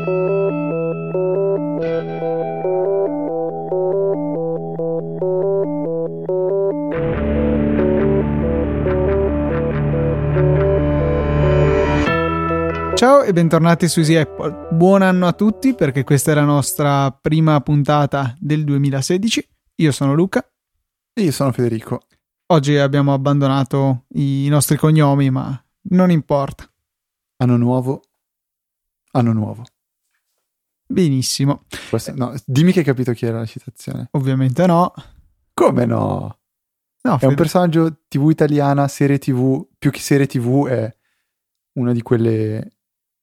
Ciao e bentornati su Easy Apple. Buon anno a tutti, perché questa è la nostra prima puntata del 2016. Io sono Luca. E io sono Federico. Oggi abbiamo abbandonato i nostri cognomi, ma non importa. Anno nuovo. Anno nuovo. Benissimo. No, dimmi che hai capito chi era la citazione. Ovviamente no. Come no? No, È un personaggio TV italiana, serie TV, più che serie TV è una di quelle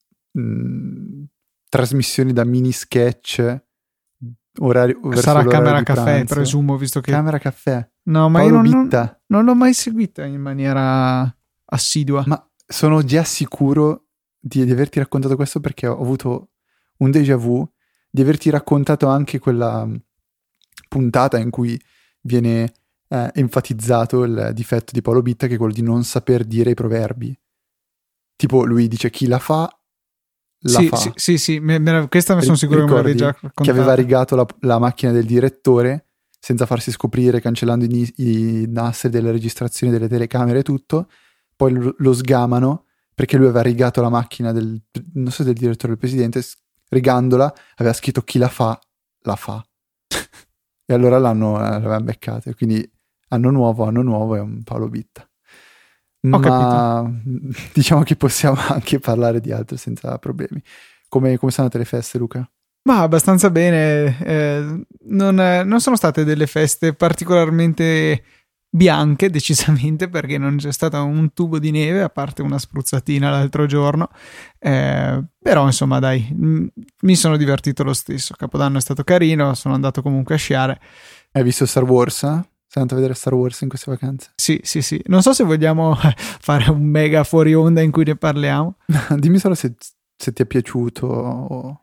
trasmissioni da mini sketch sarà Camera Caffè, pranzo. presumo, visto che Camera Caffè. no, ma Paolo io Bitta. non l'ho mai seguita in maniera assidua. Ma sono già sicuro di averti raccontato questo, perché ho avuto un déjà vu di averti raccontato anche quella puntata in cui viene enfatizzato il difetto di Paolo Bitta, che è quello di non saper dire i proverbi. Tipo, lui dice chi la fa, la fa. Sì, questa mi sono sicuro che me l'avevi già raccontata. Che aveva rigato la macchina del direttore senza farsi scoprire, cancellando i nastri delle registrazioni delle telecamere e tutto. Poi lo sgamano perché lui aveva rigato la macchina non so, del direttore o del presidente. Rigandola aveva scritto chi la fa, la fa. E allora l'aveva beccato. Quindi anno nuovo è un Paolo Bitta. Ho Ma capito. diciamo che possiamo anche parlare di altro senza problemi. Come sono andate le feste, Luca? Ma abbastanza bene. Non sono state delle feste particolarmente bianche, decisamente, perché non c'è stato un tubo di neve, a parte una spruzzatina l'altro giorno. Però insomma dai, mi sono divertito lo stesso. Capodanno è stato carino, sono andato comunque a sciare. Hai visto Star Wars? Sei andato a vedere Star Wars in queste vacanze? Sì. Non so se vogliamo fare un mega fuori onda in cui ne parliamo. Dimmi solo se ti è piaciuto.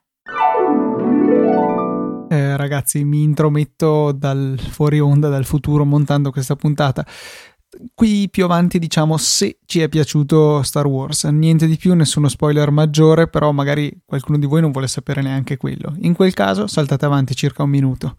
Ragazzi, mi intrometto dal fuori onda, dal futuro, montando questa puntata. Qui più avanti diciamo se ci è piaciuto Star Wars. Niente di più, nessuno spoiler maggiore, però magari qualcuno di voi non vuole sapere neanche quello. In quel caso saltate avanti circa un minuto.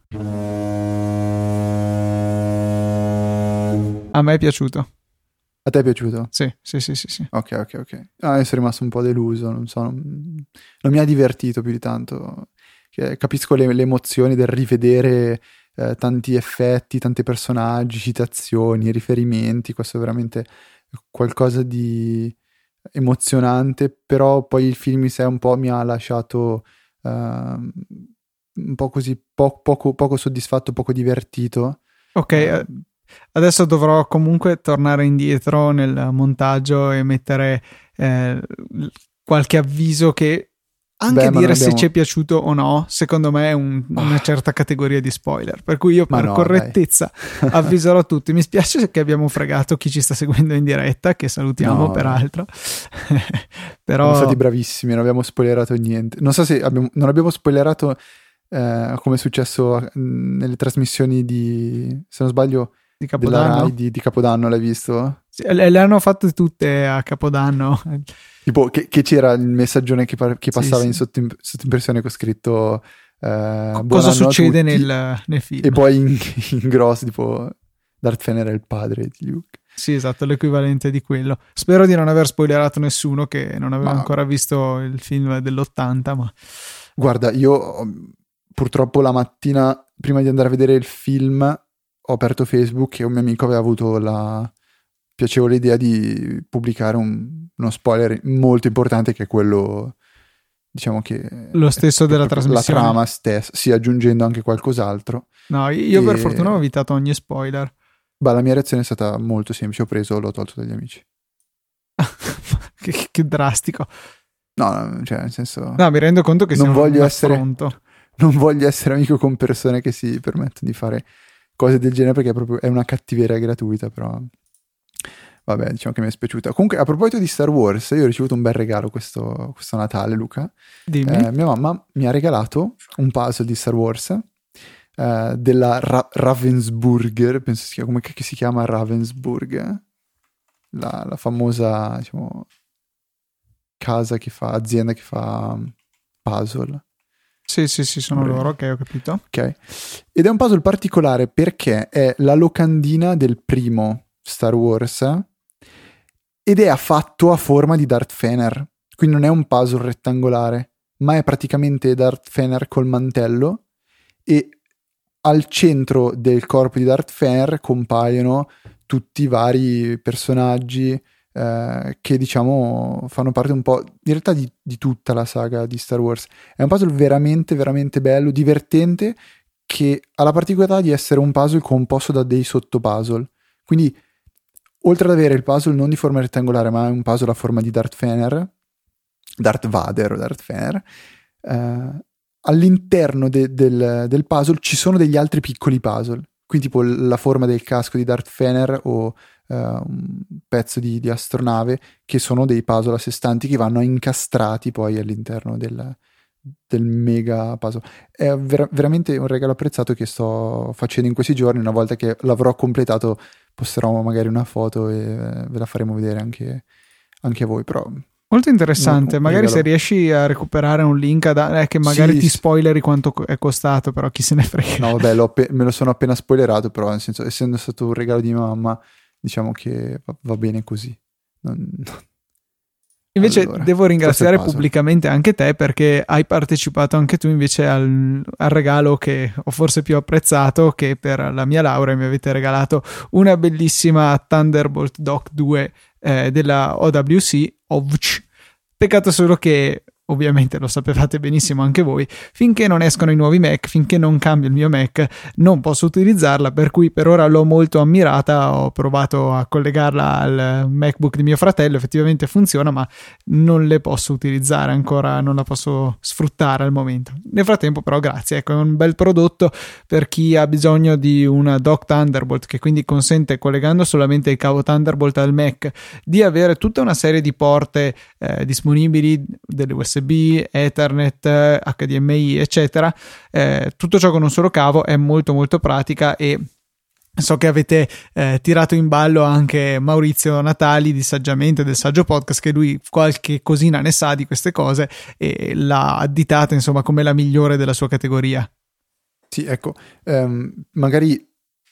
A me è piaciuto. A te è piaciuto? Sì. Ok. Io sono rimasto un po' deluso, non so, non mi ha divertito più di tanto. Capisco le emozioni del rivedere tanti effetti, tanti personaggi, citazioni, riferimenti. Questo è veramente qualcosa di emozionante, però poi il film in sé un po' mi ha lasciato un po' così poco soddisfatto, poco divertito. Ok, adesso dovrò comunque tornare indietro nel montaggio e mettere qualche avviso che anche dire se ci è piaciuto o no, secondo me è una certa categoria di spoiler, per cui io per correttezza avviserò tutti. Mi spiace che abbiamo fregato chi ci sta seguendo in diretta, che salutiamo peraltro. Però siamo stati bravissimi, non abbiamo spoilerato niente. Non so se non abbiamo spoilerato come è successo nelle trasmissioni se non sbaglio, di Capodanno. Della Rai di Capodanno, l'hai visto? Sì, le hanno fatte tutte a Capodanno. Tipo che c'era il messaggone che passava in sottoimpressione con scritto cosa succede nel film. E poi in grosso, tipo Darth Vader è il padre di Luke. Sì, esatto, l'equivalente di quello. Spero di non aver spoilerato nessuno che non aveva ancora visto il film dell'80, ma... Guarda, io purtroppo la mattina, prima di andare a vedere il film, ho aperto Facebook e un mio amico aveva avuto la piacevole idea di pubblicare uno spoiler molto importante, che è quello, diciamo che... Lo stesso della trasmissione. La trama stessa, sì, aggiungendo anche qualcos'altro. No, io per fortuna ho evitato ogni spoiler. La mia reazione è stata molto semplice, l'ho tolto dagli amici. che drastico. No, cioè nel senso... No, mi rendo conto che non voglio essere amico con persone che si permettono di fare cose del genere, perché è una cattiveria gratuita, però vabbè, diciamo che mi è spiaciuta. Comunque, a proposito di Star Wars, io ho ricevuto un bel regalo questo Natale, Luca. Dimmi. Mia mamma mi ha regalato un puzzle di Star Wars della Ravensburger, penso si chiama, come si chiama Ravensburger? La famosa, diciamo, azienda che fa Puzzle. Sì, sono loro, ok, ho capito. Ok. Ed è un puzzle particolare perché è la locandina del primo Star Wars ed è fatto a forma di Darth Fener. Quindi non è un puzzle rettangolare, ma è praticamente Darth Fener col mantello, e al centro del corpo di Darth Fener compaiono tutti i vari personaggi che diciamo fanno parte un po' in realtà di tutta la saga di Star Wars. È un puzzle veramente veramente bello, divertente, che ha la particolarità di essere un puzzle composto da dei sottopuzzle. Quindi oltre ad avere il puzzle non di forma rettangolare, ma è un puzzle a forma di Darth Fener, Darth Vader o Darth Fener, all'interno del puzzle ci sono degli altri piccoli puzzle, quindi tipo la forma del casco di Darth Fener o un pezzo di astronave, che sono dei puzzle a sé stanti che vanno incastrati poi all'interno del mega puzzle. È veramente un regalo apprezzato che sto facendo in questi giorni. Una volta che l'avrò completato posterò magari una foto e ve la faremo vedere anche a voi, però molto interessante. Magari se riesci a recuperare un link che magari ti spoileri quanto è costato, però chi se ne frega. No, vabbè, me lo sono appena spoilerato, però nel senso, essendo stato un regalo di mamma, diciamo che va bene così. Invece allora, devo ringraziare pubblicamente anche te, perché hai partecipato anche tu invece al regalo che ho forse più apprezzato, che per la mia laurea mi avete regalato una bellissima Thunderbolt Dock 2 della OWC. Peccato solo che, ovviamente lo sapevate benissimo anche voi, finché non escono i nuovi Mac, finché non cambio il mio Mac, non posso utilizzarla, per cui per ora l'ho molto ammirata. Ho provato a collegarla al MacBook di mio fratello, effettivamente funziona, ma non le posso utilizzare ancora, non la posso sfruttare al momento. Nel frattempo però grazie, ecco, è un bel prodotto per chi ha bisogno di una dock Thunderbolt, che quindi consente, collegando solamente il cavo Thunderbolt al Mac, di avere tutta una serie di porte disponibili, delle USB, Ethernet, HDMI, eccetera, tutto ciò con un solo cavo. È molto molto pratica, e so che avete tirato in ballo anche Maurizio Natali di Saggiamente, del Saggio Podcast, che lui qualche cosina ne sa di queste cose e l'ha additata insomma come la migliore della sua categoria. Sì, ecco, magari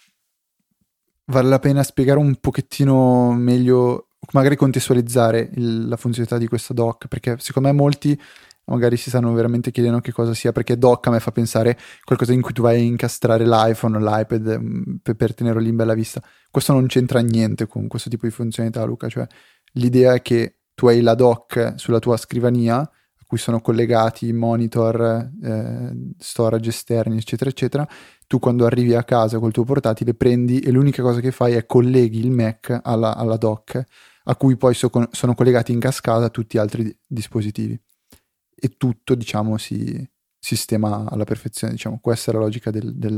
vale la pena spiegare un pochettino meglio, magari contestualizzare la funzionalità di questa dock, perché secondo me molti magari si stanno veramente chiedendo che cosa sia, perché dock a me fa pensare qualcosa in cui tu vai a incastrare l'iPhone o l'iPad per tenerlo lì in bella vista. Questo non c'entra niente con questo tipo di funzionalità, Luca. Cioè l'idea è che tu hai la dock sulla tua scrivania a cui sono collegati monitor, storage esterni, eccetera eccetera. Tu quando arrivi a casa col tuo portatile prendi e l'unica cosa che fai è colleghi il Mac alla dock, a cui poi sono collegati in cascata tutti gli altri dispositivi, e tutto diciamo si sistema alla perfezione. Diciamo questa è la logica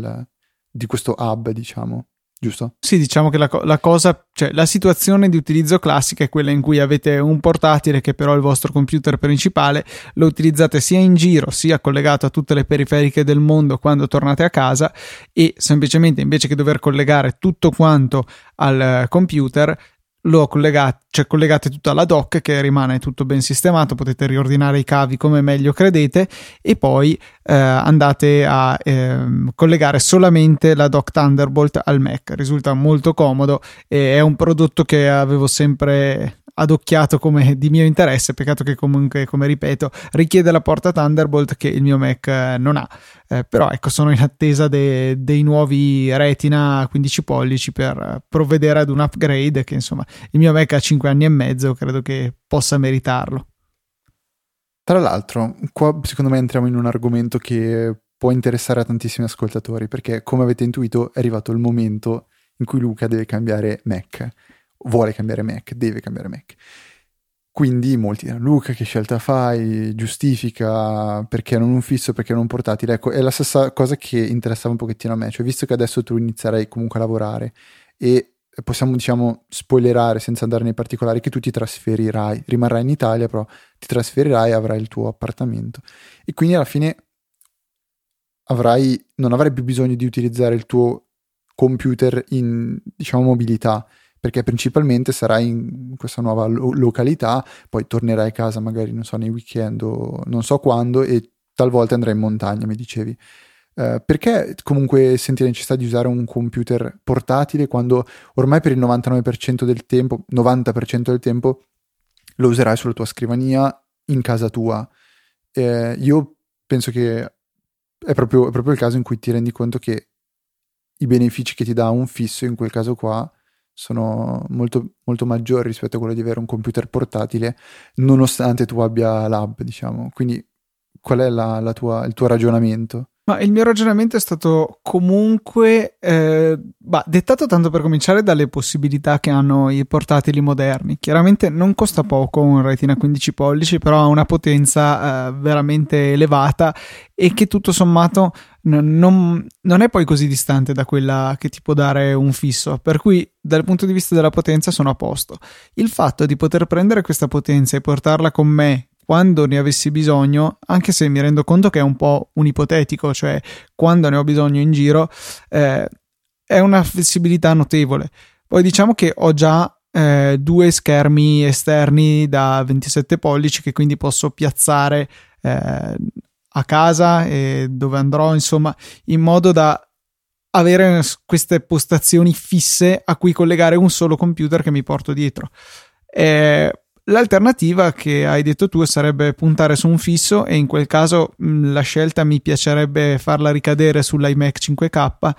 di questo hub, diciamo, giusto? Sì, diciamo che la cosa, cioè la situazione di utilizzo classica è quella in cui avete un portatile che però è il vostro computer principale, lo utilizzate sia in giro sia collegato a tutte le periferiche del mondo quando tornate a casa, e semplicemente invece che dover collegare tutto quanto al computer lo collegate tutto alla dock, che rimane tutto ben sistemato, potete riordinare i cavi come meglio credete, e poi andate a collegare solamente la dock Thunderbolt al Mac. Risulta molto comodo e è un prodotto che avevo sempre adocchiato come di mio interesse. Peccato che comunque, come ripeto, richiede la porta Thunderbolt che il mio Mac non ha, però ecco, sono in attesa dei nuovi Retina 15 pollici per provvedere ad un upgrade, che insomma il mio Mac ha 5 anni e mezzo, credo che possa meritarlo. Tra l'altro qua secondo me entriamo in un argomento che può interessare a tantissimi ascoltatori, perché come avete intuito è arrivato il momento in cui Luca deve cambiare Mac, vuole cambiare Mac, deve cambiare Mac. Quindi molti dicono: Luca, che scelta fai? Giustifica, perché non un fisso, perché non un portatile? Ecco, è la stessa cosa che interessava un pochettino a me, cioè visto che adesso tu inizierai comunque a lavorare e possiamo diciamo spoilerare senza andare nei particolari che tu ti trasferirai, rimarrai in Italia, però ti trasferirai, avrai il tuo appartamento e quindi alla fine non avrai più bisogno di utilizzare il tuo computer in diciamo mobilità, perché principalmente sarai in questa nuova località, poi tornerai a casa magari non so nei weekend o non so quando, e talvolta andrai in montagna, mi dicevi. Perché comunque senti la necessità di usare un computer portatile quando ormai per il 99% del tempo, 90% del tempo lo userai sulla tua scrivania in casa tua? Io penso che è proprio il caso in cui ti rendi conto che i benefici che ti dà un fisso in quel caso qua sono molto, molto maggiori rispetto a quello di avere un computer portatile, nonostante tu abbia l'hub, diciamo. Quindi qual è il tuo ragionamento? Ma il mio ragionamento è stato comunque dettato tanto per cominciare dalle possibilità che hanno i portatili moderni. Chiaramente non costa poco un Retina 15 pollici, però ha una potenza veramente elevata e che tutto sommato non è poi così distante da quella che ti può dare un fisso, per cui dal punto di vista della potenza sono a posto. Il fatto di poter prendere questa potenza e portarla con me quando ne avessi bisogno, anche se mi rendo conto che è un po' un ipotetico, cioè quando ne ho bisogno in giro, è una flessibilità notevole. Poi diciamo che ho già 2 schermi esterni da 27 pollici che quindi posso piazzare a casa e dove andrò, insomma, in modo da avere queste postazioni fisse a cui collegare un solo computer che mi porto dietro. L'alternativa che hai detto tu sarebbe puntare su un fisso, e in quel caso la scelta mi piacerebbe farla ricadere sull'iMac 5K.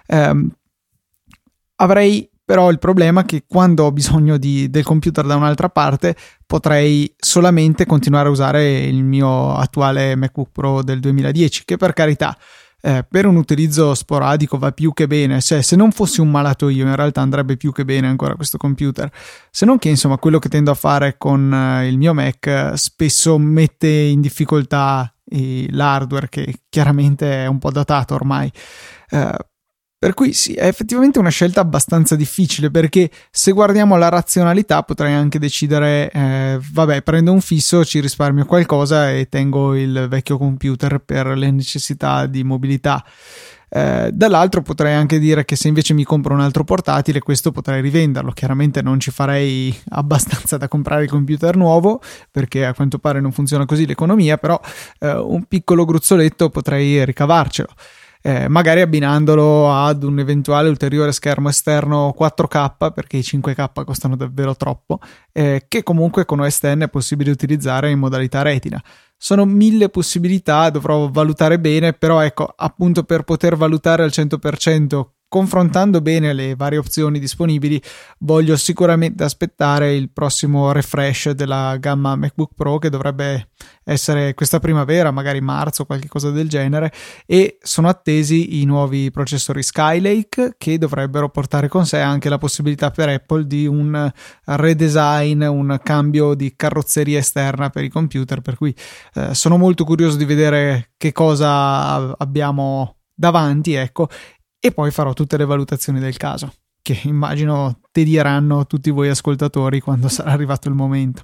Avrei però il problema che quando ho bisogno del computer da un'altra parte potrei solamente continuare a usare il mio attuale MacBook Pro del 2010, che per carità per un utilizzo sporadico va più che bene. Cioè, se non fossi un malato io, in realtà andrebbe più che bene ancora questo computer, se non che insomma quello che tendo a fare con il mio Mac spesso mette in difficoltà l'hardware, che chiaramente è un po' datato ormai. Per cui sì, è effettivamente una scelta abbastanza difficile, perché se guardiamo la razionalità potrei anche decidere prendo un fisso, ci risparmio qualcosa e tengo il vecchio computer per le necessità di mobilità. Dall'altro potrei anche dire che se invece mi compro un altro portatile, questo potrei rivenderlo. Chiaramente non ci farei abbastanza da comprare il computer nuovo, perché a quanto pare non funziona così l'economia, però un piccolo gruzzoletto potrei ricavarcelo. Magari abbinandolo ad un eventuale ulteriore schermo esterno 4K, perché i 5K costano davvero troppo, che comunque con OS X è possibile utilizzare in modalità Retina. Sono 1000 possibilità, dovrò valutare bene, però ecco, appunto per poter valutare al 100%, confrontando bene le varie opzioni disponibili, voglio sicuramente aspettare il prossimo refresh della gamma MacBook Pro, che dovrebbe essere questa primavera, magari marzo, qualche cosa del genere, e sono attesi i nuovi processori Skylake, che dovrebbero portare con sé anche la possibilità per Apple di un redesign, un cambio di carrozzeria esterna per i computer, per cui sono molto curioso di vedere che cosa abbiamo davanti, ecco. E poi farò tutte le valutazioni del caso, che immagino tedieranno tutti voi ascoltatori quando sarà arrivato il momento.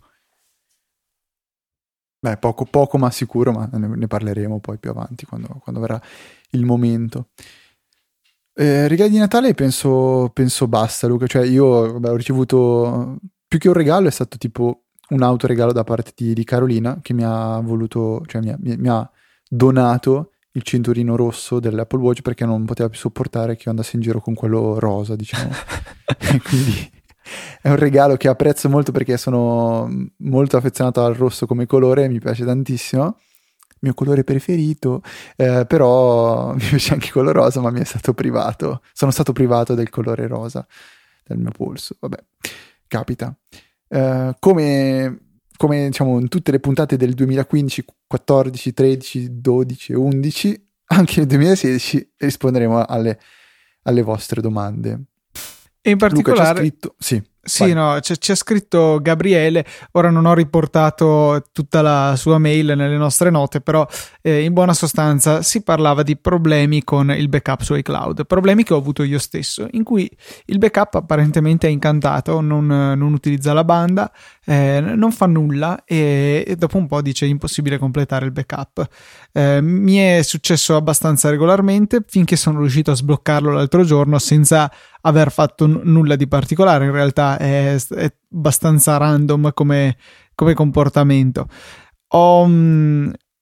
Beh, poco ma sicuro, ma ne parleremo poi più avanti quando verrà il momento. Regali di Natale penso basta, Luca. Cioè io ho ricevuto, più che un regalo, è stato tipo un autoregalo da parte di Carolina, che mi ha voluto, cioè mi ha donato il cinturino rosso dell'Apple Watch, perché non poteva più sopportare che io andassi in giro con quello rosa, diciamo. Quindi è un regalo che apprezzo molto, perché sono molto affezionato al rosso come colore, mi piace tantissimo, mio colore preferito, però mi piace anche quello rosa, ma sono stato privato del colore rosa del mio polso. Vabbè, capita. Come diciamo in tutte le puntate del 2015, 14, 13, 12 e 11, anche nel 2016 risponderemo alle vostre domande. E in particolare Luca, c'è scritto... Sì, no, c'è scritto Gabriele. Ora non ho riportato tutta la sua mail nelle nostre note, però in buona sostanza si parlava di problemi con il backup su iCloud, problemi che ho avuto io stesso, in cui il backup apparentemente è incantato, non utilizza la banda, non fa nulla e dopo un po' dice impossibile completare il backup. Mi è successo abbastanza regolarmente, finché sono riuscito a sbloccarlo l'altro giorno senza aver fatto nulla di particolare. In realtà è abbastanza random come comportamento. Ho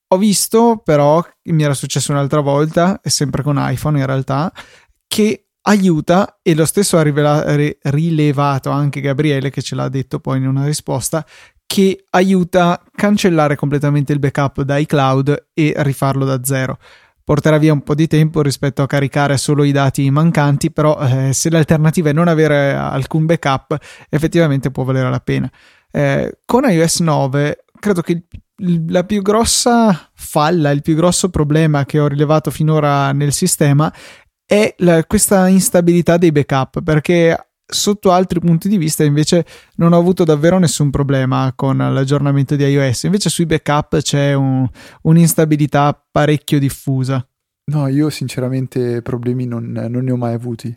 Ho visto però, mi era successo un'altra volta, e sempre con iPhone in realtà, che aiuta, e lo stesso ha rilevato anche Gabriele, che ce l'ha detto poi in una risposta, che aiuta a cancellare completamente il backup da iCloud e rifarlo da zero. Porterà via un po' di tempo rispetto a caricare solo i dati mancanti, però se l'alternativa è non avere alcun backup, effettivamente può valere la pena. Con iOS 9 credo che la più grossa falla, il più grosso problema che ho rilevato finora nel sistema è questa instabilità dei backup, perché sotto altri punti di vista invece non ho avuto davvero nessun problema con l'aggiornamento di iOS. Invece sui backup c'è un'instabilità parecchio diffusa. No, io sinceramente problemi non ne ho mai avuti.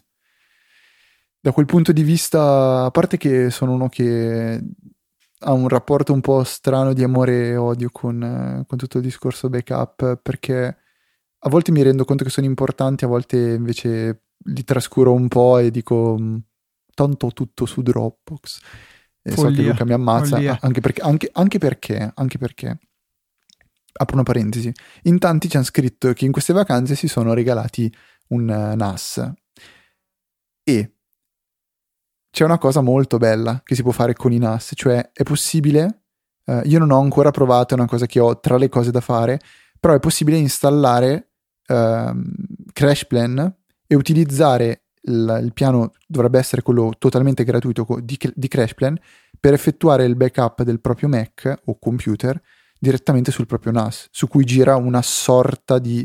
Da quel punto di vista, a parte che sono uno che ha un rapporto un po' strano di amore e odio con tutto il discorso backup, perché a volte mi rendo conto che sono importanti, a volte invece li trascuro un po' e dico tanto tutto su Dropbox. E so che Luca mi ammazza, anche perché, apro una parentesi, in tanti ci hanno scritto che in queste vacanze si sono regalati un NAS. E c'è una cosa molto bella che si può fare con i NAS, cioè è possibile, io non ho ancora provato, è una cosa che ho tra le cose da fare, però è possibile installare CrashPlan e utilizzare il piano, dovrebbe essere quello totalmente gratuito di CrashPlan, per effettuare il backup del proprio Mac o computer direttamente sul proprio NAS, su cui gira una sorta di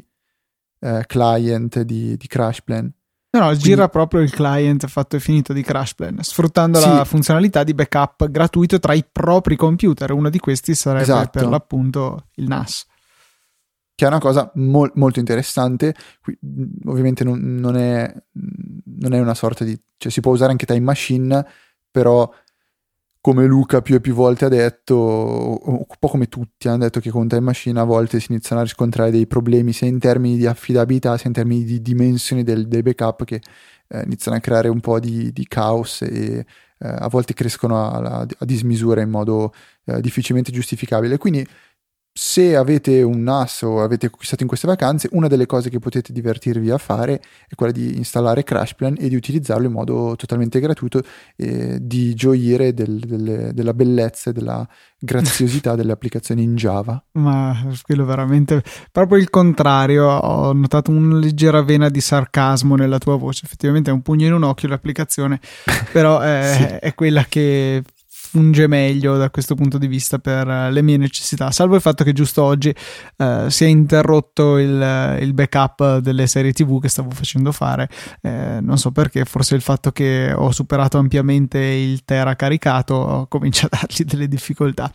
client di CrashPlan. No, gira proprio il client fatto e finito di CrashPlan, sfruttando la funzionalità di backup gratuito tra i propri computer. Uno di questi sarebbe per l'appunto il NAS. Che è una cosa molto interessante. Ovviamente non è una sorta di... cioè si può usare anche Time Machine, però come Luca più e più volte ha detto, un po' come tutti hanno detto, che con Time Machine a volte si iniziano a riscontrare dei problemi sia in termini di affidabilità sia in termini di dimensioni dei backup, che iniziano a creare un po' di caos e a volte crescono a dismisura in modo difficilmente giustificabile. Quindi se avete un NAS o avete acquistato in queste vacanze, una delle cose che potete divertirvi a fare è quella di installare CrashPlan e di utilizzarlo in modo totalmente gratuito e di gioire della bellezza e della graziosità delle applicazioni in Java. Ma quello veramente proprio il contrario. Ho notato una leggera vena di sarcasmo nella tua voce. Effettivamente è un pugno in un occhio l'applicazione, però è quella che funge meglio da questo punto di vista per le mie necessità, salvo il fatto che giusto oggi si è interrotto il backup delle serie TV che stavo facendo fare, non so perché, forse il fatto che ho superato ampiamente il tera caricato comincia a dargli delle difficoltà.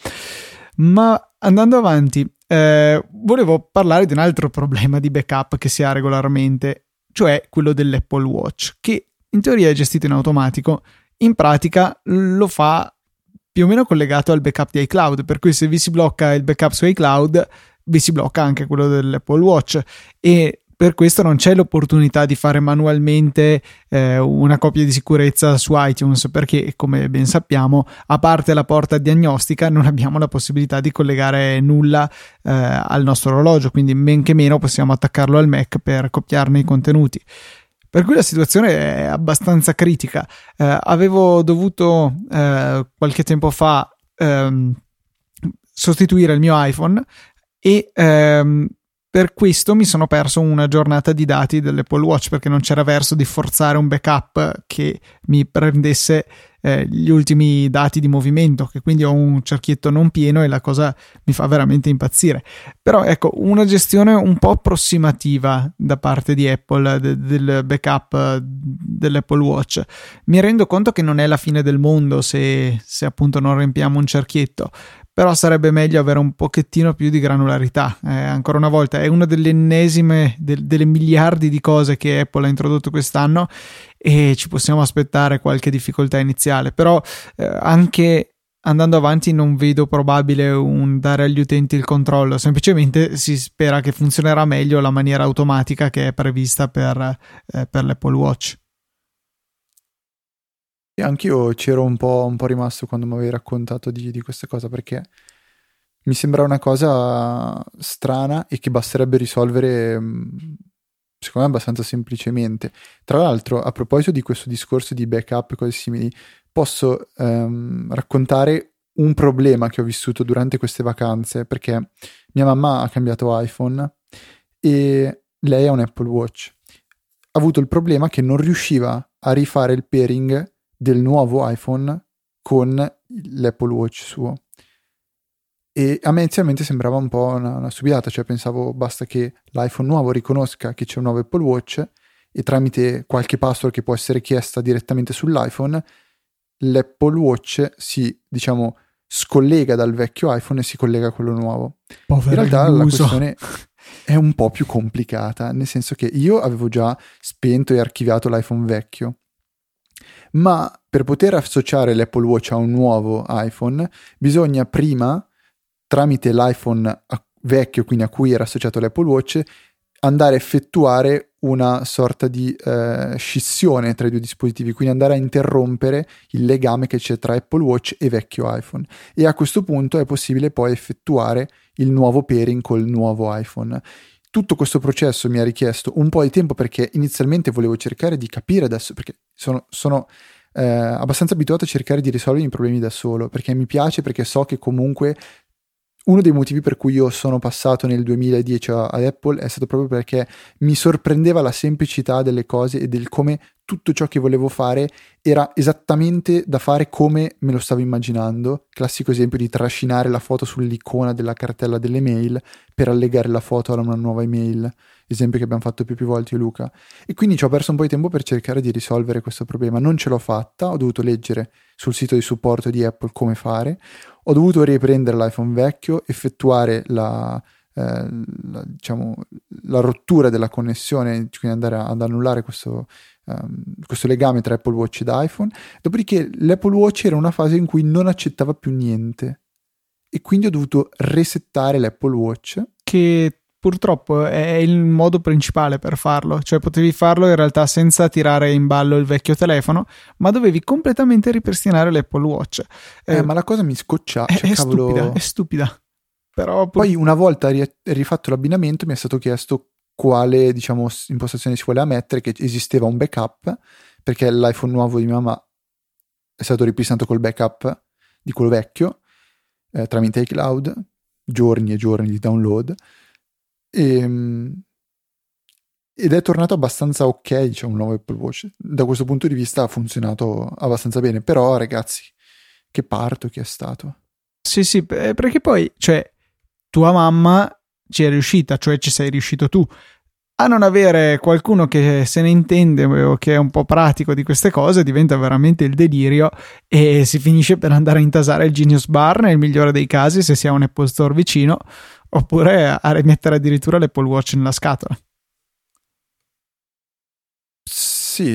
Ma andando avanti, volevo parlare di un altro problema di backup che si ha regolarmente, cioè quello dell'Apple Watch, che in teoria è gestito in automatico, in pratica lo fa più o meno collegato al backup di iCloud, per cui se vi si blocca il backup su iCloud vi si blocca anche quello dell'Apple Watch, e per questo non c'è l'opportunità di fare manualmente una copia di sicurezza su iTunes, perché come ben sappiamo, a parte la porta diagnostica, non abbiamo la possibilità di collegare nulla al nostro orologio, quindi men che meno possiamo attaccarlo al Mac per copiarne i contenuti. Per cui la situazione è abbastanza critica. Avevo dovuto qualche tempo fa sostituire il mio iPhone e per questo mi sono perso una giornata di dati dell'Apple Watch, perché non c'era verso di forzare un backup che mi prendesse gli ultimi dati di movimento, che quindi ho un cerchietto non pieno e la cosa mi fa veramente impazzire. Però ecco, una gestione un po' approssimativa da parte di Apple del backup dell'Apple Watch. Mi rendo conto che non è la fine del mondo se appunto non riempiamo un cerchietto, però sarebbe meglio avere un pochettino più di granularità. Ancora una volta è una delle ennesime delle miliardi di cose che Apple ha introdotto quest'anno e ci possiamo aspettare qualche difficoltà iniziale, però anche andando avanti non vedo probabile un dare agli utenti il controllo, semplicemente si spera che funzionerà meglio la maniera automatica che è prevista per l'Apple Watch. E anch'io c'ero un po' rimasto quando mi avevi raccontato di questa cosa, perché mi sembra una cosa strana e che basterebbe risolvere, secondo me, abbastanza semplicemente. Tra l'altro, a proposito di questo discorso di backup e cose simili, posso raccontare un problema che ho vissuto durante queste vacanze, perché mia mamma ha cambiato iPhone e lei ha un Apple Watch. Ha avuto il problema che non riusciva a rifare il pairing del nuovo iPhone con l'Apple Watch suo. E a me inizialmente sembrava un po' una stupidata, cioè pensavo basta che l'iPhone nuovo riconosca che c'è un nuovo Apple Watch e tramite qualche password che può essere chiesta direttamente sull'iPhone, l'Apple Watch si, diciamo, scollega dal vecchio iPhone e si collega a quello nuovo. Povero in realtà illuso. La questione è un po' più complicata, nel senso che io avevo già spento e archiviato l'iPhone vecchio, ma per poter associare l'Apple Watch a un nuovo iPhone bisogna prima, tramite l'iPhone vecchio, quindi a cui era associato l'Apple Watch, andare a effettuare una sorta di scissione tra i due dispositivi, quindi andare a interrompere il legame che c'è tra Apple Watch e vecchio iPhone, e a questo punto è possibile poi effettuare il nuovo pairing col nuovo iPhone. Tutto questo processo mi ha richiesto un po' di tempo, perché inizialmente volevo cercare di capire adesso, perché sono abbastanza abituato a cercare di risolvere i problemi da solo, perché mi piace, perché so che comunque uno dei motivi per cui io sono passato nel 2010 ad Apple è stato proprio perché mi sorprendeva la semplicità delle cose e del come tutto ciò che volevo fare era esattamente da fare come me lo stavo immaginando. Classico esempio di trascinare la foto sull'icona della cartella delle mail per allegare la foto a una nuova email, esempio che abbiamo fatto più volte io e Luca. E quindi ci ho perso un po' di tempo per cercare di risolvere questo problema. Non ce l'ho fatta, ho dovuto leggere sul sito di supporto di Apple come fare, ho dovuto riprendere l'iPhone vecchio, effettuare diciamo, la rottura della connessione, quindi andare ad annullare questo legame tra Apple Watch ed iPhone. Dopodiché l'Apple Watch era una fase in cui non accettava più niente e quindi ho dovuto resettare l'Apple Watch, che purtroppo è il modo principale per farlo, cioè potevi farlo in realtà senza tirare in ballo il vecchio telefono, ma dovevi completamente ripristinare l'Apple Watch. Ma la cosa mi scoccia, è stupida. Però poi una volta rifatto l'abbinamento mi è stato chiesto quale, diciamo, impostazione si voleva mettere, che esisteva un backup, perché l'iPhone nuovo di mia mamma è stato ripristinato col backup di quello vecchio, tramite iCloud, giorni e giorni di download, ed è tornato abbastanza ok, diciamo, un nuovo Apple Watch. Da questo punto di vista ha funzionato abbastanza bene, però ragazzi, che parto che è stato. Sì, perché poi, cioè, tua mamma ci è riuscita, cioè ci sei riuscito tu. A non avere qualcuno che se ne intende o che è un po' pratico di queste cose diventa veramente il delirio, e si finisce per andare a intasare il Genius Bar nel migliore dei casi, se si ha un Apple Store vicino, oppure a rimettere addirittura l'Apple Watch nella scatola. Sì,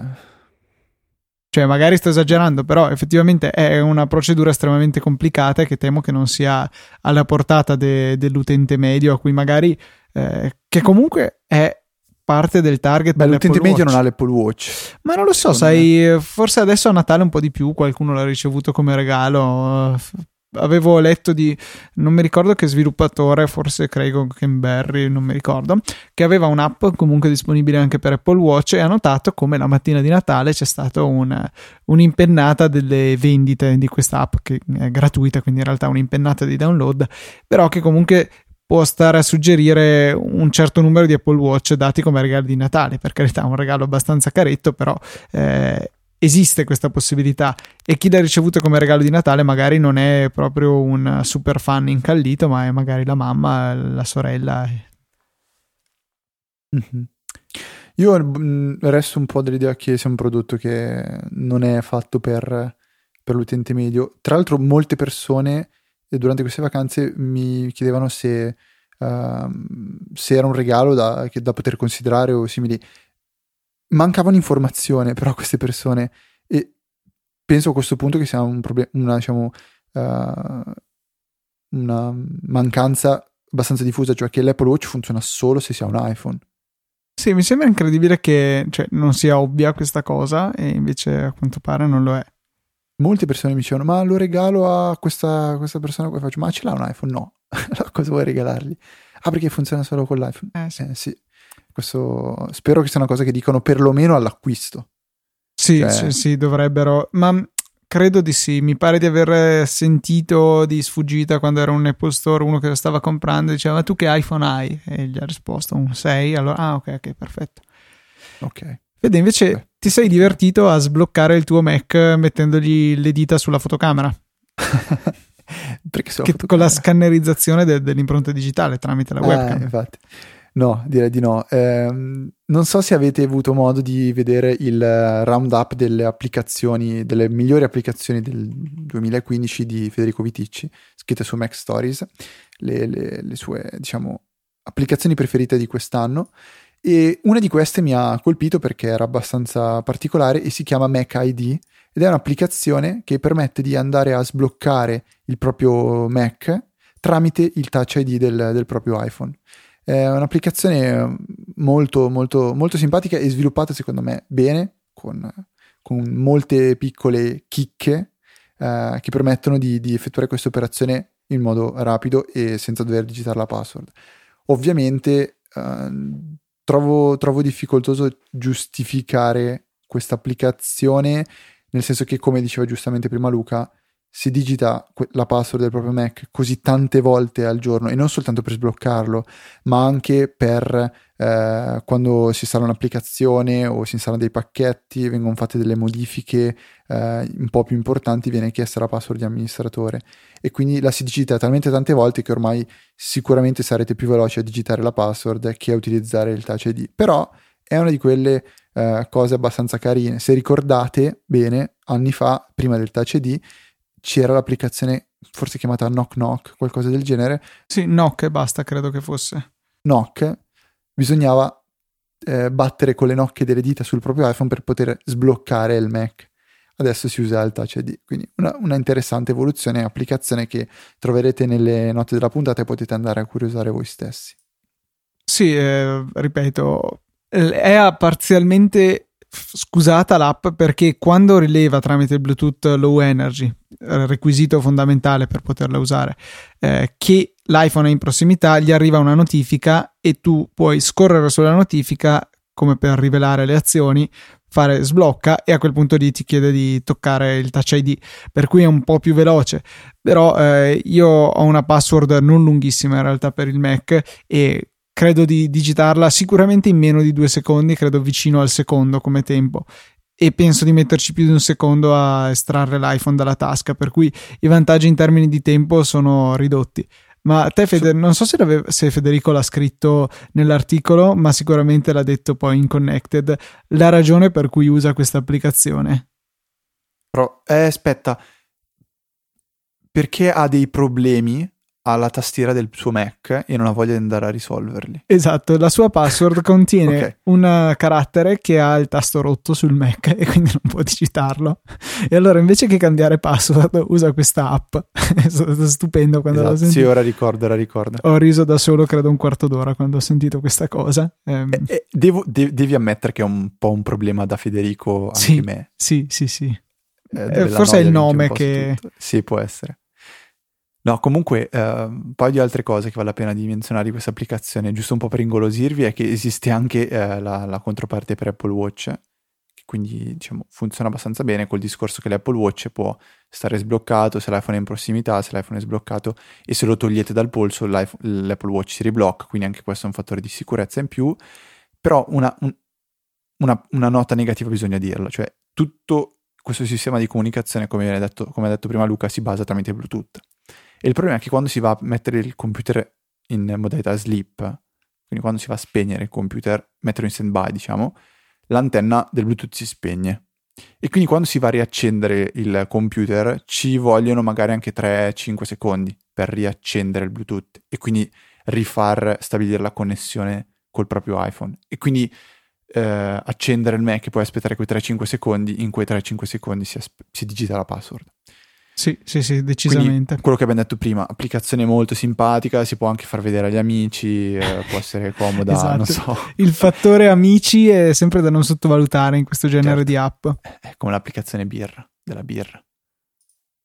cioè magari sto esagerando, però effettivamente è una procedura estremamente complicata che temo che non sia alla portata dell'utente medio, a cui magari che comunque è parte del target. Beh, l'utente medio non ha l'Apple Watch, ma non lo so, sai, forse adesso a Natale un po' di più qualcuno l'ha ricevuto come regalo. Avevo letto di, non mi ricordo che sviluppatore, forse Craig Hockenberry, non mi ricordo, che aveva un'app comunque disponibile anche per Apple Watch, e ha notato come la mattina di Natale c'è stata un'impennata delle vendite di questa app, che è gratuita, quindi in realtà un'impennata di download, però che comunque può stare a suggerire un certo numero di Apple Watch dati come regali di Natale. Per carità, un regalo abbastanza caretto, però esiste questa possibilità, e chi l'ha ricevuto come regalo di Natale magari non è proprio un super fan incallito, ma è magari la mamma, la sorella. Mm-hmm. Io resto un po' dell'idea che sia un prodotto che non è fatto per l'utente medio. Tra l'altro molte persone durante queste vacanze mi chiedevano se era un regalo da poter considerare o simili. Mancavano informazioni però queste persone, e penso a questo punto che sia un problema, diciamo, una mancanza abbastanza diffusa, cioè che l'Apple Watch funziona solo se si ha un iPhone. Sì, mi sembra incredibile che non sia ovvia questa cosa, e invece a quanto pare non lo è. molte persone mi dicevano: ma lo regalo a questa persona, poi faccio: ma ce l'ha un iPhone? No. Cosa vuoi regalargli? Ah, perché funziona solo con l'iPhone? Sì. Questo spero che sia una cosa che dicono perlomeno all'acquisto. Sì, sì, dovrebbero, ma credo di sì. Mi pare di aver sentito di sfuggita quando era un Apple Store, uno che lo stava comprando diceva: ma tu che iPhone hai? E gli ha risposto un 6. Allora, ok, perfetto. Ok. Fede, invece ti sei divertito a sbloccare il tuo Mac mettendogli le dita sulla fotocamera? Perché con la scannerizzazione dell'impronta digitale tramite la webcam. Infatti. No, direi di no. Non so se avete avuto modo di vedere il roundup delle applicazioni, delle migliori applicazioni del 2015 di Federico Viticci, scritte su Mac Stories, le sue, diciamo, applicazioni preferite di quest'anno. E una di queste mi ha colpito perché era abbastanza particolare e si chiama Mac ID, ed è un'applicazione che permette di andare a sbloccare il proprio Mac tramite il Touch ID del proprio iPhone. È un'applicazione molto, molto, molto simpatica e sviluppata secondo me bene, con molte piccole chicche che permettono di effettuare questa operazione in modo rapido e senza dover digitare la password. Ovviamente trovo difficoltoso giustificare questa applicazione, nel senso che, come diceva giustamente prima Luca, si digita la password del proprio Mac così tante volte al giorno, e non soltanto per sbloccarlo, ma anche per quando si installa un'applicazione o si installano dei pacchetti, vengono fatte delle modifiche un po' più importanti, viene chiesta la password di amministratore, e quindi la si digita talmente tante volte che ormai sicuramente sarete più veloci a digitare la password che a utilizzare il Touch ID. Però è una di quelle cose abbastanza carine. Se ricordate bene, anni fa, prima del Touch ID, c'era l'applicazione forse chiamata Knock Knock, qualcosa del genere. Sì, Knock e basta, credo che fosse. Knock, bisognava battere con le nocche delle dita sul proprio iPhone per poter sbloccare il Mac. Adesso si usa il Touch ID, quindi una interessante evoluzione e applicazione che troverete nelle note della puntata e potete andare a curiosare voi stessi. Sì, ripeto, è parzialmente scusata l'app perché quando rileva tramite il Bluetooth Low Energy, requisito fondamentale per poterla usare, che l'iPhone è in prossimità, gli arriva una notifica e tu puoi scorrere sulla notifica come per rivelare le azioni, fare sblocca, e a quel punto lì ti chiede di toccare il Touch ID, per cui è un po' più veloce. Però io ho una password non lunghissima in realtà per il Mac e credo di digitarla sicuramente in meno di 2 secondi, credo vicino al secondo come tempo, e penso di metterci più di un secondo a estrarre l'iPhone dalla tasca, per cui i vantaggi in termini di tempo sono ridotti. Ma te, non so se Federico l'ha scritto nell'articolo, ma sicuramente l'ha detto poi in Connected, la ragione per cui usa questa applicazione. Però, aspetta, perché ha dei problemi alla tastiera del suo Mac e non ha voglia di andare a risolverli. Esatto, la sua password contiene un carattere che ha il tasto rotto sul Mac e quindi non può digitarlo, e allora invece che cambiare password usa questa app. È stato stupendo quando l'ho sentito. Sì, ora ricordo. Ho riso da solo credo un quarto d'ora quando ho sentito questa cosa. Devi ammettere che è un po' un problema da Federico, anche me. Sì. Forse è il nome che... Sì, può essere. No, comunque un paio di altre cose che vale la pena di menzionare di questa applicazione, giusto un po' per ingolosirvi, è che esiste anche la controparte per Apple Watch, che quindi diciamo funziona abbastanza bene col discorso che l'Apple Watch può stare sbloccato se l'iPhone è in prossimità, se l'iPhone è sbloccato, e se lo togliete dal polso l'Apple Watch si riblocca, quindi anche questo è un fattore di sicurezza in più. Però una nota negativa bisogna dirla, cioè tutto questo sistema di comunicazione, come ha detto prima Luca, si basa tramite Bluetooth. E il problema è che quando si va a mettere il computer in modalità sleep, quindi quando si va a spegnere il computer, metterlo in stand-by, diciamo, l'antenna del Bluetooth si spegne. E quindi quando si va a riaccendere il computer ci vogliono magari anche 3-5 secondi per riaccendere il Bluetooth e quindi rifar stabilire la connessione col proprio iPhone. E quindi accendere il Mac e poi aspettare quei 3-5 secondi, in quei 3-5 secondi si digita la password. Sì, decisamente. Quindi, quello che abbiamo detto prima, applicazione molto simpatica, si può anche far vedere agli amici, può essere comoda, esatto. Non so. Il fattore amici è sempre da non sottovalutare in questo genere di app. È come l'applicazione birra, della birra.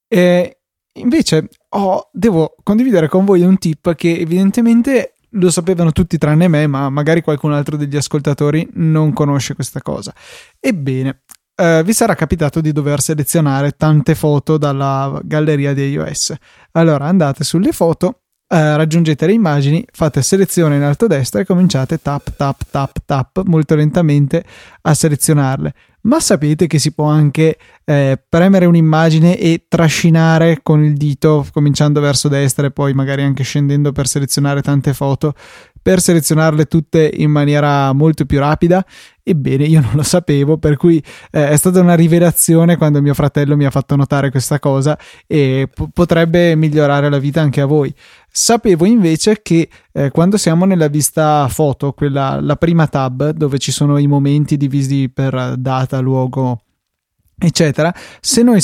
Invece devo condividere con voi un tip che evidentemente lo sapevano tutti tranne me, ma magari qualcun altro degli ascoltatori non conosce questa cosa. Ebbene, vi sarà capitato di dover selezionare tante foto dalla galleria di iOS. Allora andate sulle foto, raggiungete le immagini, fate selezione in alto a destra e cominciate tap tap tap tap molto lentamente a selezionarle. Ma sapete che si può anche premere un'immagine e trascinare con il dito cominciando verso destra e poi magari anche scendendo per selezionare tante foto, per selezionarle tutte in maniera molto più rapida? Ebbene, io non lo sapevo, per cui è stata una rivelazione quando mio fratello mi ha fatto notare questa cosa e potrebbe migliorare la vita anche a voi. Sapevo invece che quando siamo nella vista foto, la prima tab dove ci sono i momenti divisi per data, luogo, eccetera, se noi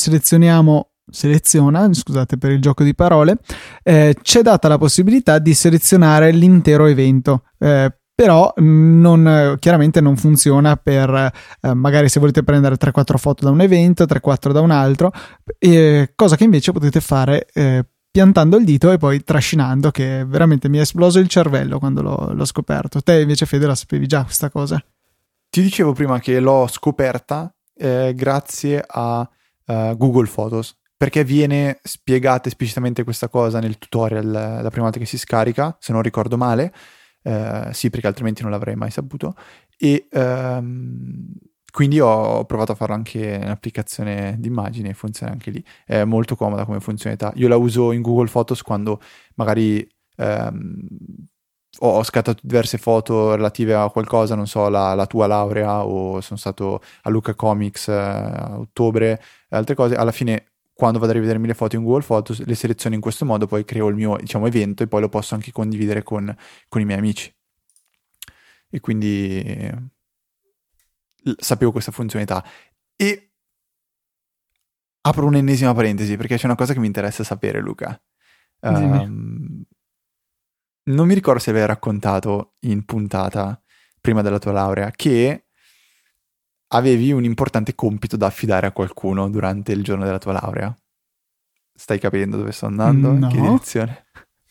scusate per il gioco di parole, c'è data la possibilità di selezionare l'intero evento, però chiaramente non funziona per magari se volete prendere 3-4 foto da un evento, 3-4 da un altro, cosa che invece potete fare piantando il dito e poi trascinando, che veramente mi è esploso il cervello quando l'ho scoperto. Te invece, Fede, la sapevi già questa cosa? Ti dicevo prima che l'ho scoperta grazie a Google Photos, perché viene spiegata esplicitamente questa cosa nel tutorial la prima volta che si scarica, se non ricordo male. Sì, perché altrimenti non l'avrei mai saputo. E quindi ho provato a farlo anche in applicazione di immagini e funziona anche lì. È molto comoda come funzionalità. Io la uso in Google Photos quando magari ho scattato diverse foto relative a qualcosa, non so, la tua laurea, o sono stato a Lucca Comics a ottobre, altre cose. Alla fine, quando vado a rivedermi le foto in Google Photos, le seleziono in questo modo, poi creo il mio, diciamo, evento e poi lo posso anche condividere con i miei amici. E quindi sapevo questa funzionalità. E apro un'ennesima parentesi, perché c'è una cosa che mi interessa sapere, Luca. Non mi ricordo se avevi raccontato in puntata, prima della tua laurea, che avevi un importante compito da affidare a qualcuno durante il giorno della tua laurea. Stai capendo dove sto andando? No. In che direzione?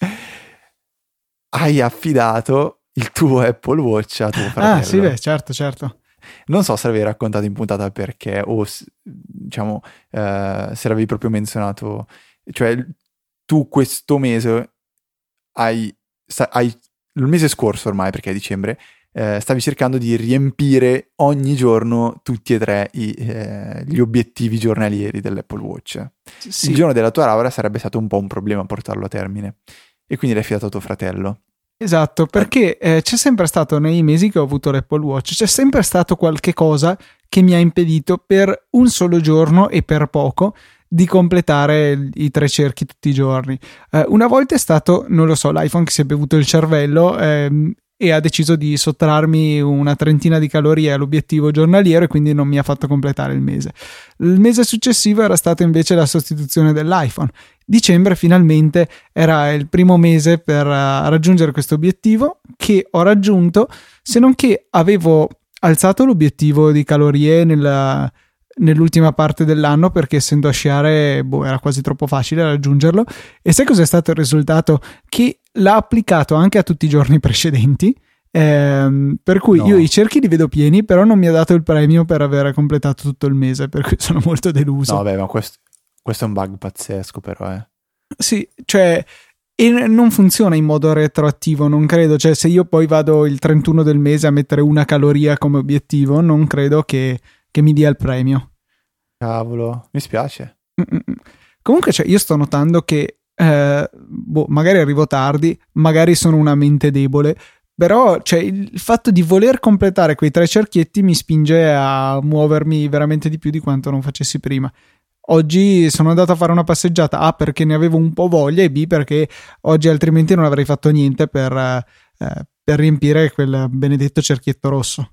Hai affidato il tuo Apple Watch a tuo fratello. Ah, sì, beh, certo. Non so se l'avevi raccontato in puntata perché, o diciamo, se l'avevi proprio menzionato. Cioè, tu questo mese il mese scorso ormai, perché è dicembre, stavi cercando di riempire ogni giorno tutti e tre gli obiettivi giornalieri dell'Apple Watch. Sì. Il giorno della tua laurea sarebbe stato un po' un problema portarlo a termine e quindi l'hai affidato a tuo fratello. Esatto, perché c'è sempre stato, nei mesi che ho avuto l'Apple Watch, c'è sempre stato qualche cosa che mi ha impedito per un solo giorno e per poco di completare i 3 cerchi tutti i giorni. Una volta è stato, non lo so, l'iPhone che si è bevuto il cervello e ha deciso di sottrarmi una trentina di calorie all'obiettivo giornaliero e quindi non mi ha fatto completare il mese. Il mese successivo era stata invece la sostituzione dell'iPhone. Dicembre finalmente era il primo mese per raggiungere questo obiettivo, che ho raggiunto, se non che avevo alzato l'obiettivo di calorie nell'ultima parte dell'anno, perché essendo a sciare era quasi troppo facile raggiungerlo. E sai cos'è stato il risultato? Che l'ha applicato anche a tutti i giorni precedenti, per cui io i cerchi li vedo pieni, però non mi ha dato il premio per aver completato tutto il mese, per cui sono molto deluso. No, vabbè, ma questo è un bug pazzesco, però. Sì, cioè, e non funziona in modo retroattivo, non credo. Cioè, se io poi vado il 31 del mese a mettere una caloria come obiettivo, non credo che mi dia il premio. Cavolo, mi spiace. Comunque, cioè, io sto notando che magari arrivo tardi, magari sono una mente debole, però cioè, il fatto di voler completare quei 3 cerchietti mi spinge a muovermi veramente di più di quanto non facessi prima. Oggi sono andato a fare una passeggiata, A perché ne avevo un po' voglia e B perché oggi altrimenti non avrei fatto niente per riempire quel benedetto cerchietto rosso.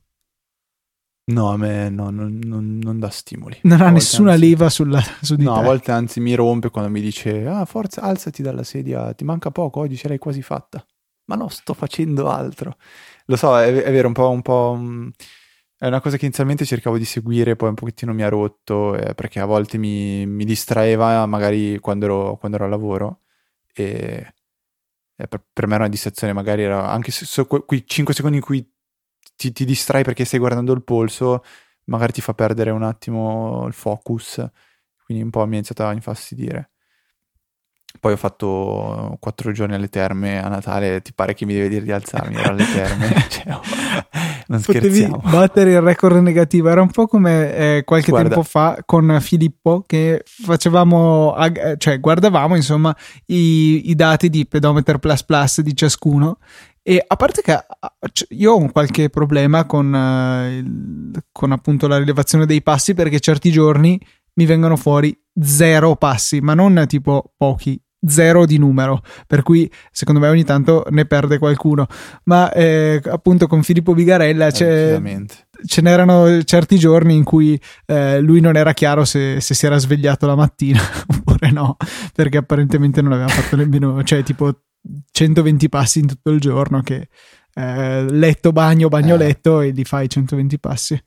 No, a me non dà stimoli. Non ha nessuna leva su di te. No, a volte anzi mi rompe quando mi dice forza, alzati dalla sedia, ti manca poco, oggi ce l'hai quasi fatta. Ma no, sto facendo altro. Lo so, è vero, un po' È una cosa che inizialmente cercavo di seguire, poi un pochettino mi ha rotto, perché a volte mi distraeva magari quando ero a lavoro, e per me era una distrazione, magari era anche quei 5 secondi in cui ti distrai perché stai guardando il polso, magari ti fa perdere un attimo il focus, quindi un po' mi è iniziato a infastidire. Poi ho fatto 4 giorni alle terme a Natale, ti pare che mi deve dire di alzarmi? Ero alle terme, cioè, non scherziamo. Potevi battere il record negativo, era un po' come qualche tempo fa con Filippo, che facevamo, cioè guardavamo insomma i dati di pedometer plus plus di ciascuno, e a parte che io ho qualche problema con appunto la rilevazione dei passi, perché certi giorni mi vengono fuori 0 passi, ma non tipo pochi, 0 di numero, per cui secondo me ogni tanto ne perde qualcuno. Ma appunto con Filippo Bigarella ce n'erano certi giorni in cui lui non era chiaro se si era svegliato la mattina oppure no, perché apparentemente non aveva fatto nemmeno, cioè tipo 120 passi in tutto il giorno, che letto bagno letto, e li fai 120 passi.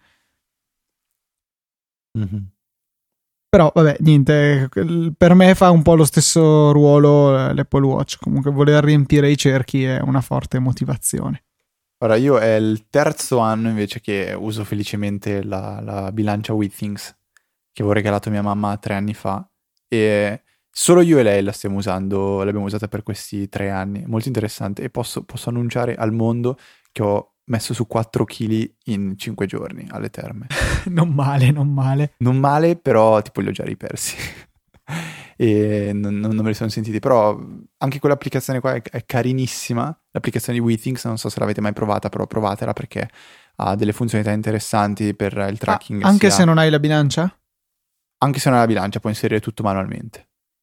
Mm-hmm. Però vabbè, niente, per me fa un po' lo stesso ruolo l'Apple Watch. Comunque voler riempire i cerchi è una forte motivazione. Ora, io è il terzo anno invece che uso felicemente la bilancia Withings, che avevo regalato a mia mamma 3 anni fa, e solo io e lei la stiamo usando, l'abbiamo usata per questi 3 anni. Molto interessante, e posso annunciare al mondo che ho messo su 4 kg in 5 giorni alle terme. Non male. Non male, però tipo li ho già ripersi. E non me li sono sentiti. Però anche quell'applicazione qua è carinissima. L'applicazione di WeThings, non so se l'avete mai provata, però provatela perché ha delle funzionalità interessanti per il tracking. Anche se non hai la bilancia? Anche se non hai la bilancia, puoi inserire tutto manualmente.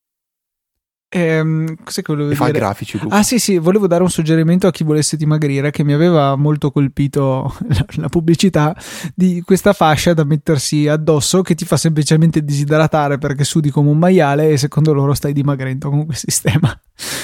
Cos'è che volevo dire? Fa grafici, Luca. Ah sì, volevo dare un suggerimento a chi volesse dimagrire, che mi aveva molto colpito la pubblicità di questa fascia da mettersi addosso, che ti fa semplicemente disidratare perché sudi come un maiale, e secondo loro stai dimagrendo con quel sistema.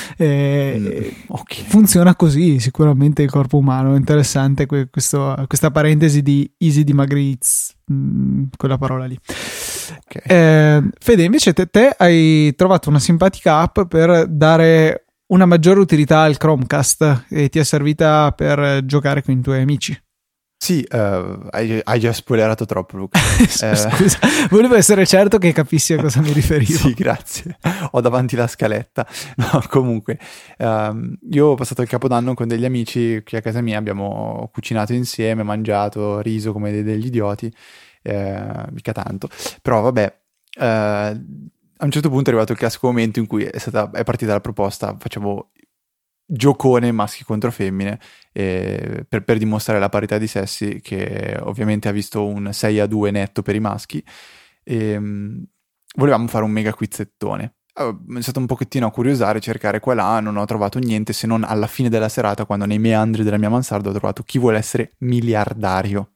Okay. Funziona così sicuramente il corpo umano. È interessante questa parentesi di Easy Dimagriz, quella parola lì. Okay. Fede, invece te hai trovato una simpatica app per dare una maggiore utilità al Chromecast, e ti è servita per giocare con i tuoi amici. Sì, hai già spoilerato troppo, Luca. Scusa, volevo essere certo che capissi a cosa mi riferivo. Sì, grazie. Ho davanti la scaletta. No, comunque, io ho passato il Capodanno con degli amici qui a casa mia, abbiamo cucinato insieme, mangiato, riso come degli idioti, mica tanto. Però vabbè, a un certo punto è arrivato il classico momento in cui è partita la proposta, facciamo giocone maschi contro femmine, per dimostrare la parità di sessi, che ovviamente ha visto un 6-2 netto per i maschi, e volevamo fare un mega quizzettone. Ho iniziato un pochettino a curiosare, cercare qua là, non ho trovato niente, se non alla fine della serata, quando nei meandri della mia mansarda ho trovato Chi vuole essere miliardario,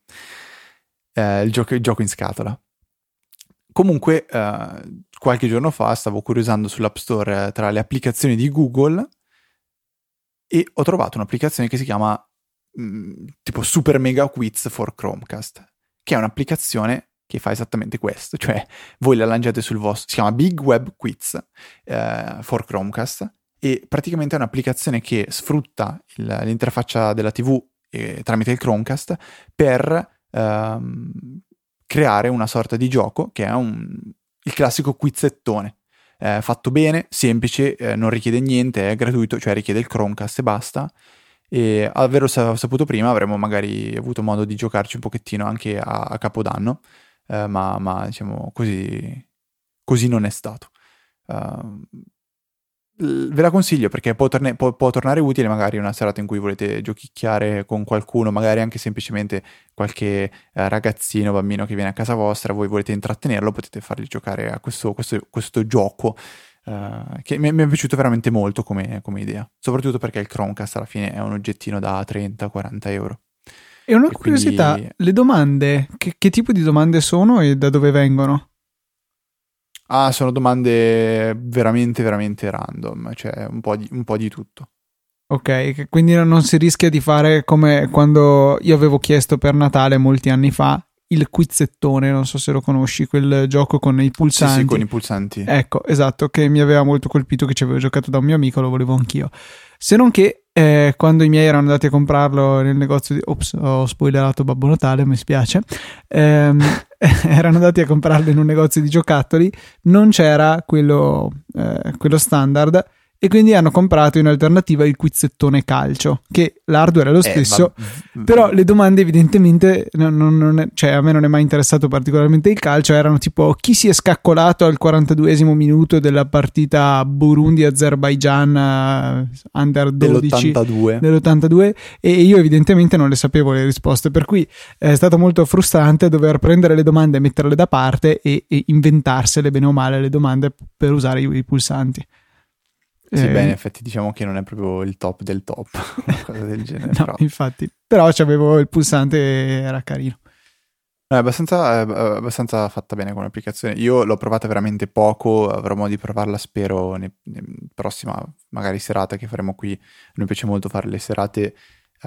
il gioco in scatola. Comunque qualche giorno fa stavo curiosando sull'App Store tra le applicazioni di Google, e ho trovato un'applicazione che si chiama tipo Super Mega Quiz for Chromecast, che è un'applicazione che fa esattamente questo, cioè voi la lanciate sul vostro, si chiama Big Web Quiz for Chromecast, e praticamente è un'applicazione che sfrutta l'interfaccia della TV tramite il Chromecast per creare una sorta di gioco che è il classico quizzettone. Fatto bene, semplice, non richiede niente, è gratuito, cioè richiede il Chromecast e basta. E averlo saputo prima avremmo magari avuto modo di giocarci un pochettino anche a Capodanno, ma diciamo così non è stato. Ve la consiglio perché può tornare utile magari una serata in cui volete giochicchiare con qualcuno, magari anche semplicemente qualche ragazzino, bambino che viene a casa vostra, voi volete intrattenerlo, potete fargli giocare a questo gioco, che mi è piaciuto veramente molto come idea, soprattutto perché il Chromecast alla fine è un oggettino da 30-40 euro. E una curiosità, quindi... le domande, che tipo di domande sono e da dove vengono? Sono domande veramente, veramente random, cioè un po' di tutto. Ok, quindi non si rischia di fare come quando io avevo chiesto per Natale molti anni fa il quizzettone, non so se lo conosci, quel gioco con i pulsanti. Sì, con i pulsanti. Ecco, esatto, che mi aveva molto colpito, che ci avevo giocato da un mio amico, lo volevo anch'io. Se non che quando i miei erano andati a comprarlo nel negozio di... Ops, ho spoilerato Babbo Natale, mi spiace. Erano andati a comprarlo in un negozio di giocattoli, non c'era quello standard, e quindi hanno comprato in alternativa il quizzettone calcio, che l'hardware è lo stesso, però le domande evidentemente cioè a me non è mai interessato particolarmente il calcio, erano tipo chi si è scaccolato al 42esimo minuto della partita Burundi-Azerbaijan under 12 dell'82, e io evidentemente non le sapevo le risposte, per cui è stato molto frustrante dover prendere le domande e metterle da parte e inventarsele bene o male le domande per usare i pulsanti. Sì, beh, in effetti diciamo che non è proprio il top del top, una cosa del genere. No, però. Infatti, però c'avevo il pulsante e era carino. È abbastanza fatta bene come applicazione. Io l'ho provata veramente poco, avrò modo di provarla spero nella prossima magari serata che faremo qui. A noi piace molto fare le serate,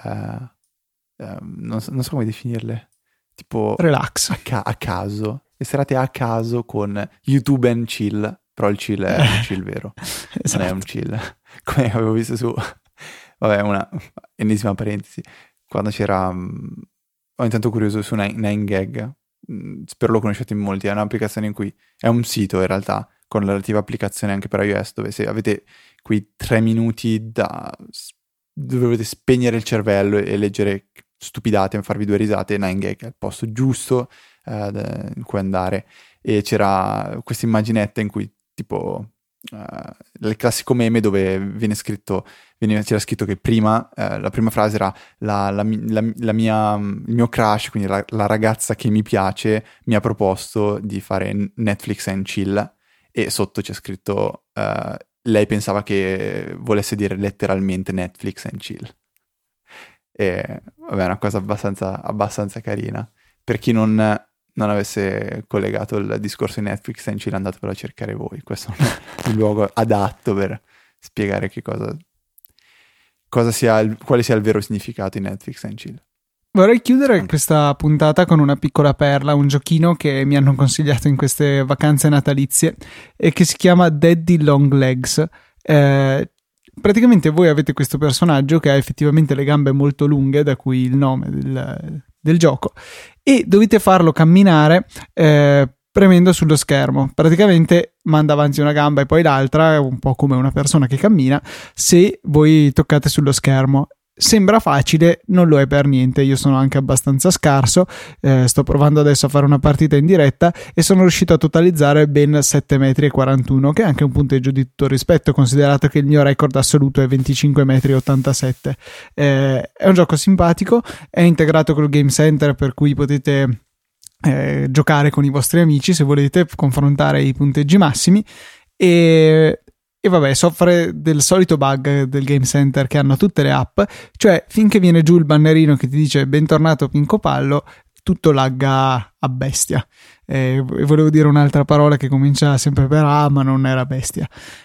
non so come definirle, tipo relax, a caso, le serate a caso con YouTube and chill. Però il chill è un chill vero, esatto. Non è un chill come avevo visto su, vabbè, una ennesima parentesi, quando c'era, ho intanto curioso su 9gag, spero lo conoscete in molti, è un'applicazione in cui, è un sito in realtà, con la relativa applicazione anche per iOS, dove se avete quei 3 minuti dove dovete spegnere il cervello e leggere stupidate e farvi 2 risate, 9gag è il posto giusto in cui andare, e c'era questa immaginetta in cui tipo il classico meme dove c'era scritto che prima la prima frase era il mio crush, quindi la ragazza che mi piace mi ha proposto di fare Netflix and chill, e sotto c'è scritto lei pensava che volesse dire letteralmente Netflix and chill, e vabbè, è una cosa abbastanza carina. Per chi non avesse collegato il discorso di Netflix and chill, andatevelo a cercare voi, questo non è il luogo adatto per spiegare quale sia il vero significato di Netflix and chill. Vorrei chiudere questa puntata con una piccola perla, un giochino che mi hanno consigliato in queste vacanze natalizie e che si chiama Daddy Long Legs. Praticamente voi avete questo personaggio che ha effettivamente le gambe molto lunghe, da cui il nome del gioco, e dovete farlo camminare premendo sullo schermo. Praticamente manda avanti una gamba e poi l'altra, è un po' come una persona che cammina se voi toccate sullo schermo. Sembra facile, non lo è per niente. Io sono anche abbastanza scarso, sto provando adesso a fare una partita in diretta e sono riuscito a totalizzare ben 7,41 m, che è anche un punteggio di tutto rispetto, considerato che il mio record assoluto è 25,87 m. È un gioco simpatico, è integrato col Game Center, per cui potete giocare con i vostri amici se volete confrontare i punteggi massimi, e vabbè, soffre del solito bug del Game Center che hanno tutte le app, cioè finché viene giù il bannerino che ti dice bentornato Pinco Pallo, tutto lagga a bestia. Volevo dire un'altra parola che comincia sempre per A, ma non era bestia.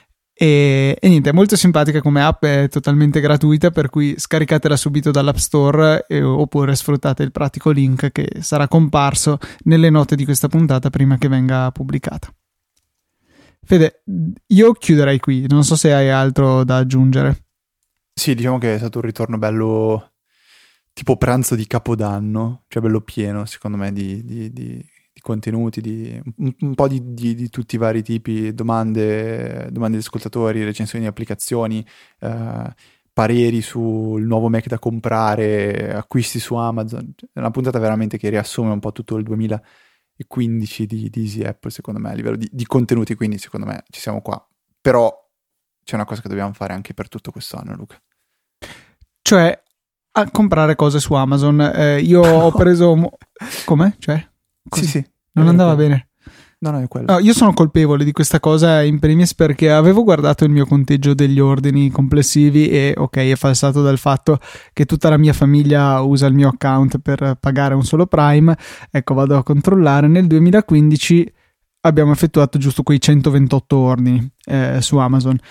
E niente, è molto simpatica come app, è totalmente gratuita, per cui scaricatela subito dall'App Store oppure sfruttate il pratico link che sarà comparso nelle note di questa puntata prima che venga pubblicata. Fede, io chiuderei qui, non so se hai altro da aggiungere. Sì, diciamo che è stato un ritorno bello tipo pranzo di Capodanno, cioè bello pieno secondo me di contenuti, un po' di tutti i vari tipi, domande di ascoltatori, recensioni di applicazioni, pareri sul nuovo Mac da comprare, acquisti su Amazon. È una puntata veramente che riassume un po' tutto il 2015 di Easy Apple, secondo me, a livello di contenuti, quindi secondo me ci siamo qua. Però c'è una cosa che dobbiamo fare anche per tutto quest'anno, Luca. Cioè, a comprare cose su Amazon. Io ho preso... Come? Cioè? Così. Sì. Non andava bene. No, è quello. No, io sono colpevole di questa cosa in primis perché avevo guardato il mio conteggio degli ordini complessivi e ok, è falsato dal fatto che tutta la mia famiglia usa il mio account per pagare un solo Prime. Ecco, vado a controllare. Nel 2015 abbiamo effettuato giusto quei 128 ordini su Amazon.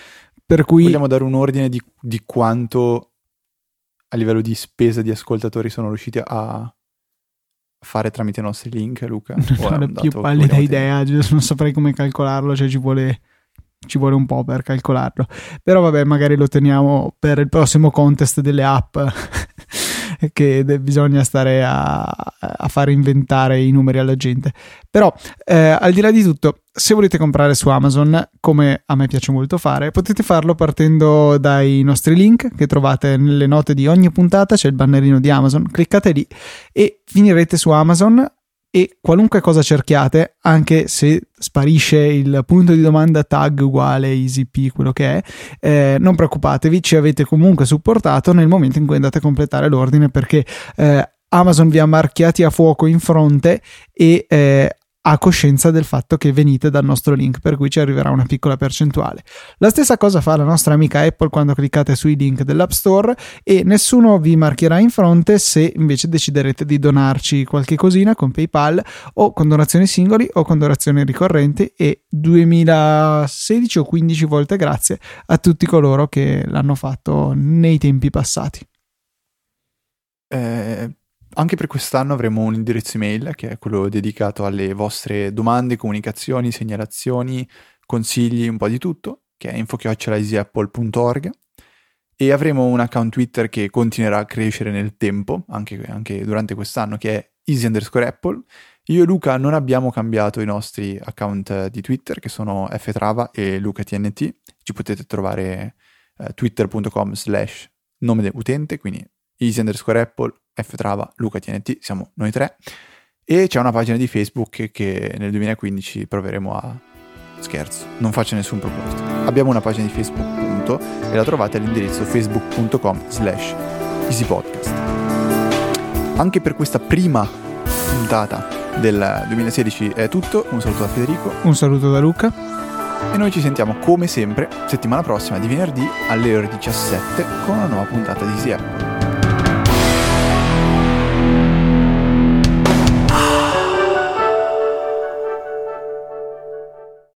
Per cui vogliamo dare un ordine di quanto a livello di spesa di ascoltatori sono riusciti a fare tramite i nostri link, Luca? Non ho più pallida idea, non saprei come calcolarlo, cioè ci vuole un po' per calcolarlo, però vabbè, magari lo teniamo per il prossimo contest delle app che bisogna stare a fare inventare i numeri alla gente. Però al di là di tutto, se volete comprare su Amazon, come a me piace molto fare, potete farlo partendo dai nostri link che trovate nelle note di ogni puntata. C'è il bannerino di Amazon, cliccate lì e finirete su Amazon. E qualunque cosa cerchiate, anche se sparisce il punto di domanda tag uguale EasyP, quello che è, non preoccupatevi, ci avete comunque supportato nel momento in cui andate a completare l'ordine, perché Amazon vi ha marchiati a fuoco in fronte e ha coscienza del fatto che venite dal nostro link, per cui ci arriverà una piccola percentuale. La stessa cosa fa la nostra amica Apple quando cliccate sui link dell'App Store, e nessuno vi marcherà in fronte se invece deciderete di donarci qualche cosina con PayPal, o con donazioni singoli o con donazioni ricorrenti, e 2016 o 15 volte grazie a tutti coloro che l'hanno fatto nei tempi passati. Anche per quest'anno avremo un indirizzo email che è quello dedicato alle vostre domande, comunicazioni, segnalazioni, consigli, un po' di tutto, che è info@easyapple.org, e avremo un account Twitter che continuerà a crescere nel tempo, anche durante quest'anno, che è easy_apple. Io e Luca non abbiamo cambiato i nostri account di Twitter, che sono ftrava e lucatnt. Ci potete trovare twitter.com/nome utente, quindi easy_apple, ftrava, lucatnt, siamo noi tre. E c'è una pagina di Facebook che nel 2015 proveremo a... Scherzo, non faccio nessun proposito. Abbiamo una pagina di Facebook, punto, e la trovate all'indirizzo facebook.com/easypodcast. Anche per questa prima puntata del 2016 è tutto. Un saluto da Federico, un saluto da Luca, e noi ci sentiamo come sempre settimana prossima di venerdì alle ore 17 con una nuova puntata di Easy Apple.